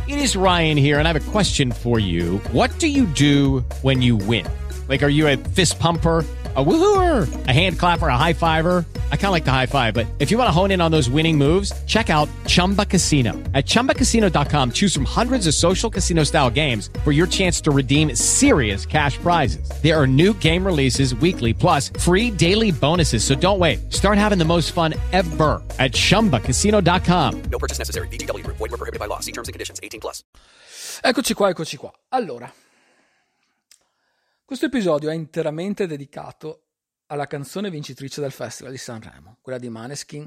It is Ryan here, and I have a question for you. What do you do when you win? Like, are you a fist pumper, a woohooer, a hand clapper, a high fiver? I kind of like the high five, but if you want to hone in on those winning moves, check out Chumba Casino. At ChumbaCasino.com, choose from hundreds of social casino-style games for your chance to redeem serious cash prizes. There are new game releases weekly, plus free daily bonuses. So don't wait. Start having the most fun ever at ChumbaCasino.com. No purchase necessary. VGW Group. Void where prohibited by law. See terms and conditions. 18+. Eccoci qua. Allora, questo episodio è interamente dedicato alla canzone vincitrice del Festival di Sanremo, quella di Måneskin,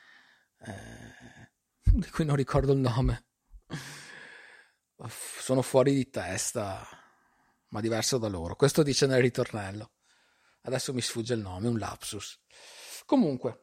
di cui non ricordo il nome. Sono fuori di testa, ma diverso da loro. Questo dice nel ritornello. Adesso mi sfugge il nome, un lapsus. Comunque,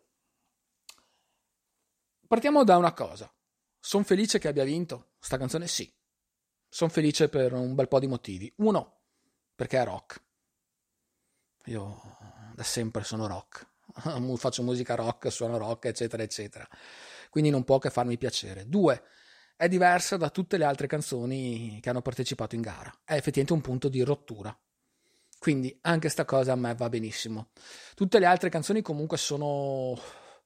partiamo da una cosa. Sono felice che abbia vinto sta canzone? Sì. Sono felice per un bel po' di motivi. Uno, perché è rock. Io da sempre sono rock. Faccio musica rock, suono rock, eccetera, eccetera. Quindi non può che farmi piacere. Due, è diversa da tutte le altre canzoni che hanno partecipato in gara. È effettivamente un punto di rottura. Quindi anche sta cosa a me va benissimo. Tutte le altre canzoni comunque sono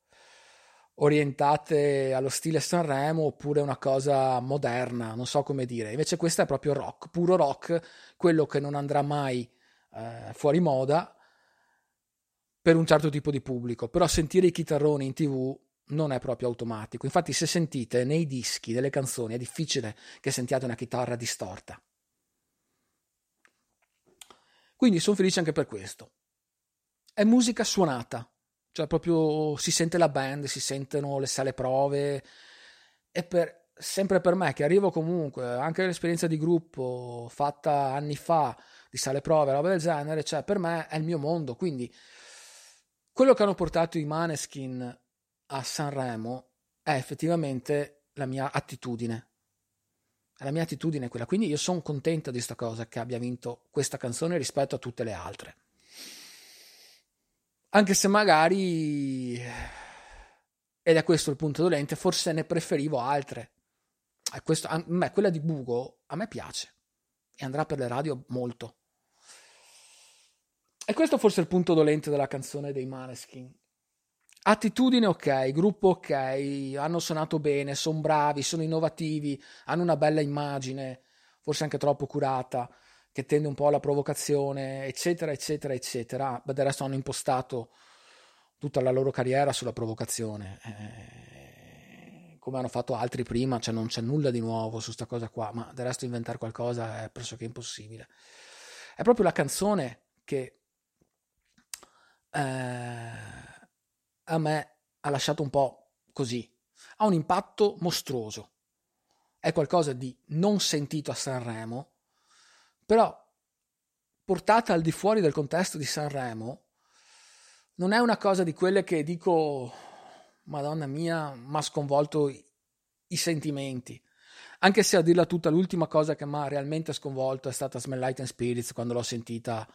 orientate allo stile Sanremo oppure una cosa moderna, non so come dire. Invece questa è proprio rock, puro rock, quello che non andrà mai fuori moda per un certo tipo di pubblico. Però sentire i chitarroni in TV non è proprio automatico. Infatti se sentite nei dischi delle canzoni è difficile che sentiate una chitarra distorta. Quindi sono felice anche per questo. È musica suonata. Cioè proprio si sente la band, si sentono le sale prove, e sempre per me che arrivo comunque anche l'esperienza di gruppo fatta anni fa di sale prove, roba del genere, cioè per me è il mio mondo. Quindi quello che hanno portato i Måneskin a Sanremo è effettivamente la mia attitudine, è la mia attitudine quella. Quindi io sono contenta di sta cosa, che abbia vinto questa canzone rispetto a tutte le altre. Anche se magari, ed è questo il punto dolente, forse ne preferivo altre. A me, quella di Bugo, a me piace. E andrà per le radio molto. E questo forse è il punto dolente della canzone dei Måneskin. Attitudine ok, gruppo ok, hanno suonato bene, sono bravi, sono innovativi, hanno una bella immagine, forse anche troppo curata, che tende un po' alla provocazione, eccetera, eccetera, eccetera. Ma del resto hanno impostato tutta la loro carriera sulla provocazione, come hanno fatto altri prima, cioè non c'è nulla di nuovo su sta cosa qua, ma del resto inventare qualcosa è pressoché impossibile. È proprio la canzone che a me ha lasciato un po' così, ha un impatto mostruoso, è qualcosa di non sentito a Sanremo, però portata al di fuori del contesto di Sanremo non è una cosa di quelle che dico Madonna mia, m'ha sconvolto i sentimenti, anche se a dirla tutta l'ultima cosa che mi ha realmente sconvolto è stata Smell Like Teen Spirits, quando l'ho sentita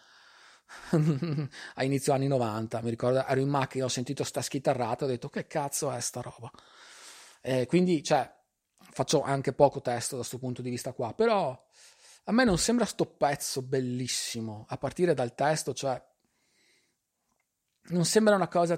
a inizio anni 90. Mi ricordo, ero in macchina, ho sentito sta schitarrata, ho detto che cazzo è sta roba, quindi cioè faccio anche poco testo da questo punto di vista qua, però a me non sembra sto pezzo bellissimo a partire dal testo, cioè non sembra una cosa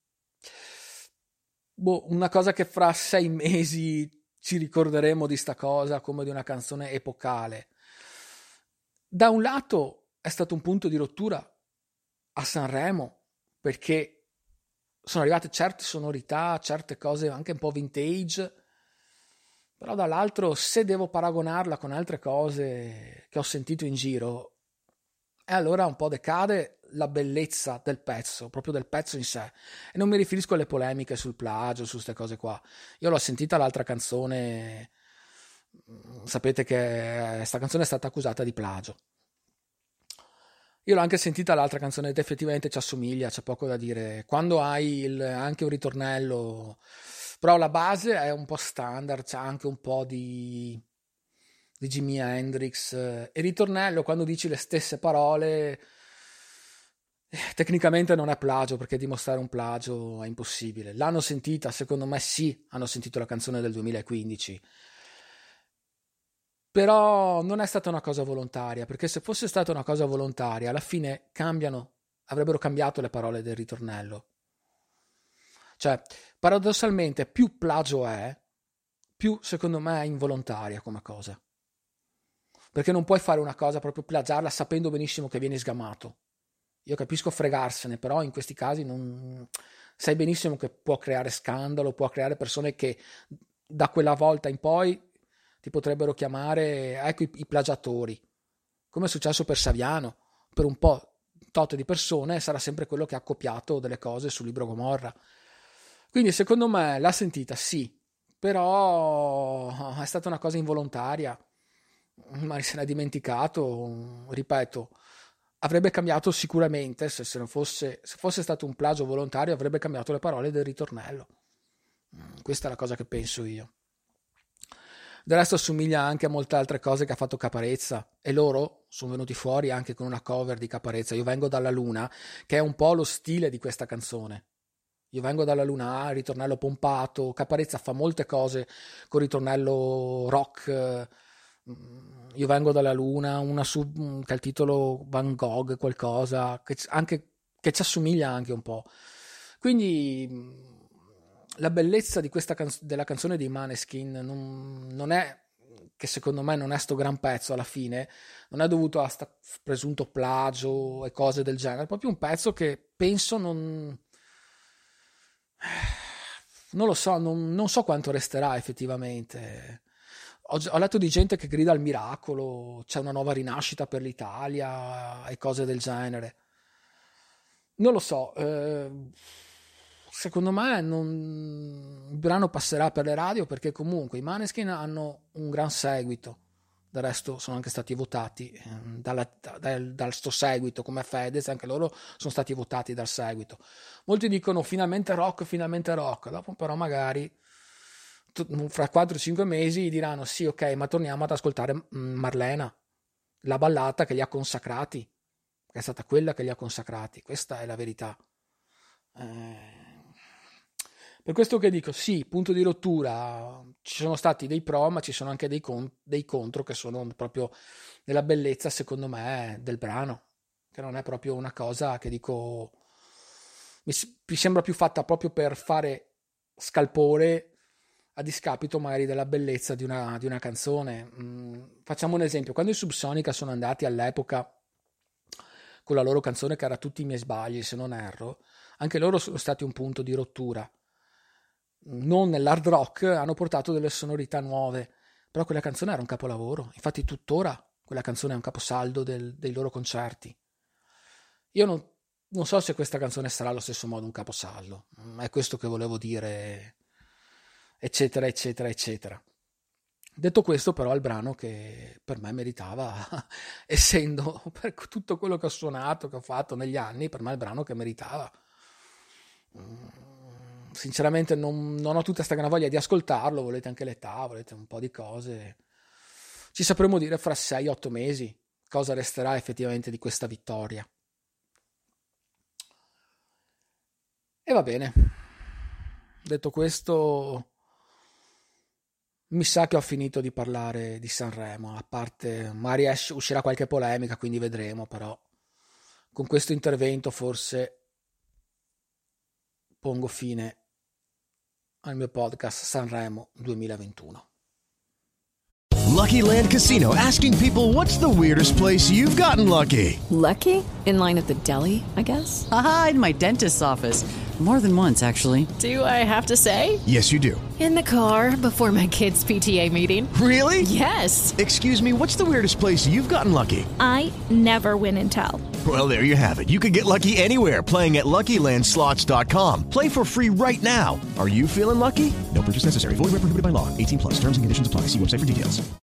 che fra 6 mesi ci ricorderemo di sta cosa come di una canzone epocale. Da un lato è stato un punto di rottura a Sanremo, perché sono arrivate certe sonorità, certe cose anche un po' vintage, però dall'altro, se devo paragonarla con altre cose che ho sentito in giro, e allora un po' decade la bellezza del pezzo, proprio del pezzo in sé. E non mi riferisco alle polemiche sul plagio, su queste cose qua. Io l'ho sentita l'altra canzone, sapete che sta canzone è stata accusata di plagio. Io l'ho anche sentita l'altra canzone ed effettivamente ci assomiglia, c'è poco da dire. Quando hai anche un ritornello, però la base è un po' standard, c'è anche un po' di Jimi Hendrix, e il ritornello, quando dici le stesse parole, tecnicamente non è plagio, perché dimostrare un plagio è impossibile. L'hanno sentita, secondo me sì, hanno sentito la canzone del 2015, Però non è stata una cosa volontaria, perché se fosse stata una cosa volontaria, alla fine avrebbero cambiato le parole del ritornello. Cioè, paradossalmente, più plagio è, più secondo me è involontaria come cosa. Perché non puoi fare una cosa, proprio plagiarla sapendo benissimo che vieni sgamato. Io capisco fregarsene, però in questi casi sai benissimo che può creare scandalo, può creare persone che da quella volta in poi ti potrebbero chiamare, ecco, i plagiatori, come è successo per Saviano. Per un po' tot di persone sarà sempre quello che ha copiato delle cose sul libro Gomorra. Quindi secondo me l'ha sentita, sì, però è stata una cosa involontaria, ma se n'è dimenticato. Ripeto, avrebbe cambiato sicuramente, se fosse stato un plagio volontario, avrebbe cambiato le parole del ritornello. Questa è la cosa che penso io. Del resto assomiglia anche a molte altre cose che ha fatto Caparezza, e loro sono venuti fuori anche con una cover di Caparezza, Io vengo dalla luna, che è un po' lo stile di questa canzone. Io vengo dalla luna, ritornello pompato. Caparezza fa molte cose con ritornello rock. Io vengo dalla luna, una che ha il titolo Van Gogh, qualcosa che ci assomiglia anche un po'. Quindi la bellezza di della canzone dei Maneskin non è che, secondo me, non è sto gran pezzo alla fine, non è dovuto a sta presunto plagio e cose del genere, è proprio un pezzo che penso non lo so, non so quanto resterà effettivamente. Ho letto di gente che grida al miracolo, c'è una nuova rinascita per l'Italia e cose del genere. Non lo so, secondo me il brano passerà per le radio, perché comunque i Maneskin hanno un gran seguito. Del resto sono anche stati votati dal sto seguito, come Fedez, anche loro sono stati votati dal seguito. Molti dicono finalmente rock, dopo però magari fra 4-5 mesi diranno sì, ok, ma torniamo ad ascoltare Marlena, la ballata che li ha consacrati, che è stata quella che li ha consacrati. Questa è la verità. Per questo che dico, sì, punto di rottura, ci sono stati dei pro, ma ci sono anche dei contro, che sono proprio nella bellezza, secondo me, del brano, che non è proprio una cosa che dico, mi sembra più fatta proprio per fare scalpore a discapito magari della bellezza di una canzone. Facciamo un esempio: quando i Subsonica sono andati all'epoca con la loro canzone che era Tutti i miei sbagli, se non erro, anche loro sono stati un punto di rottura. Non nell'hard rock, hanno portato delle sonorità nuove, però quella canzone era un capolavoro. Infatti tuttora quella canzone è un caposaldo dei loro concerti. Io non so se questa canzone sarà allo stesso modo un caposaldo, è questo che volevo dire, eccetera eccetera eccetera. Detto questo, però, è il brano che per me meritava, essendo per tutto quello che ho suonato, che ho fatto negli anni, per me è il brano che meritava. Sinceramente non ho tutta sta gran voglia di ascoltarlo. Volete anche l'età, volete un po' di cose, ci sapremo dire fra 6-8 mesi cosa resterà effettivamente di questa vittoria. E va bene, detto questo, mi sa che ho finito di parlare di Sanremo, a parte magari uscirà qualche polemica, quindi vedremo, però con questo intervento forse pongo fine al mio podcast Sanremo 2021. Lucky Land Casino, asking people, what's the weirdest place you've gotten lucky? Lucky? In line at the deli, I guess? Aha, in my dentist's office. More than once, actually. Do I have to say? Yes, you do. In the car before my kids' PTA meeting. Really? Yes. Excuse me, what's the weirdest place you've gotten lucky? I never win and tell. Well, there you have it. You can get lucky anywhere, playing at LuckyLandSlots.com. Play for free right now. Are you feeling lucky? No purchase necessary. Void where prohibited by law. 18+. Terms and conditions apply. See website for details.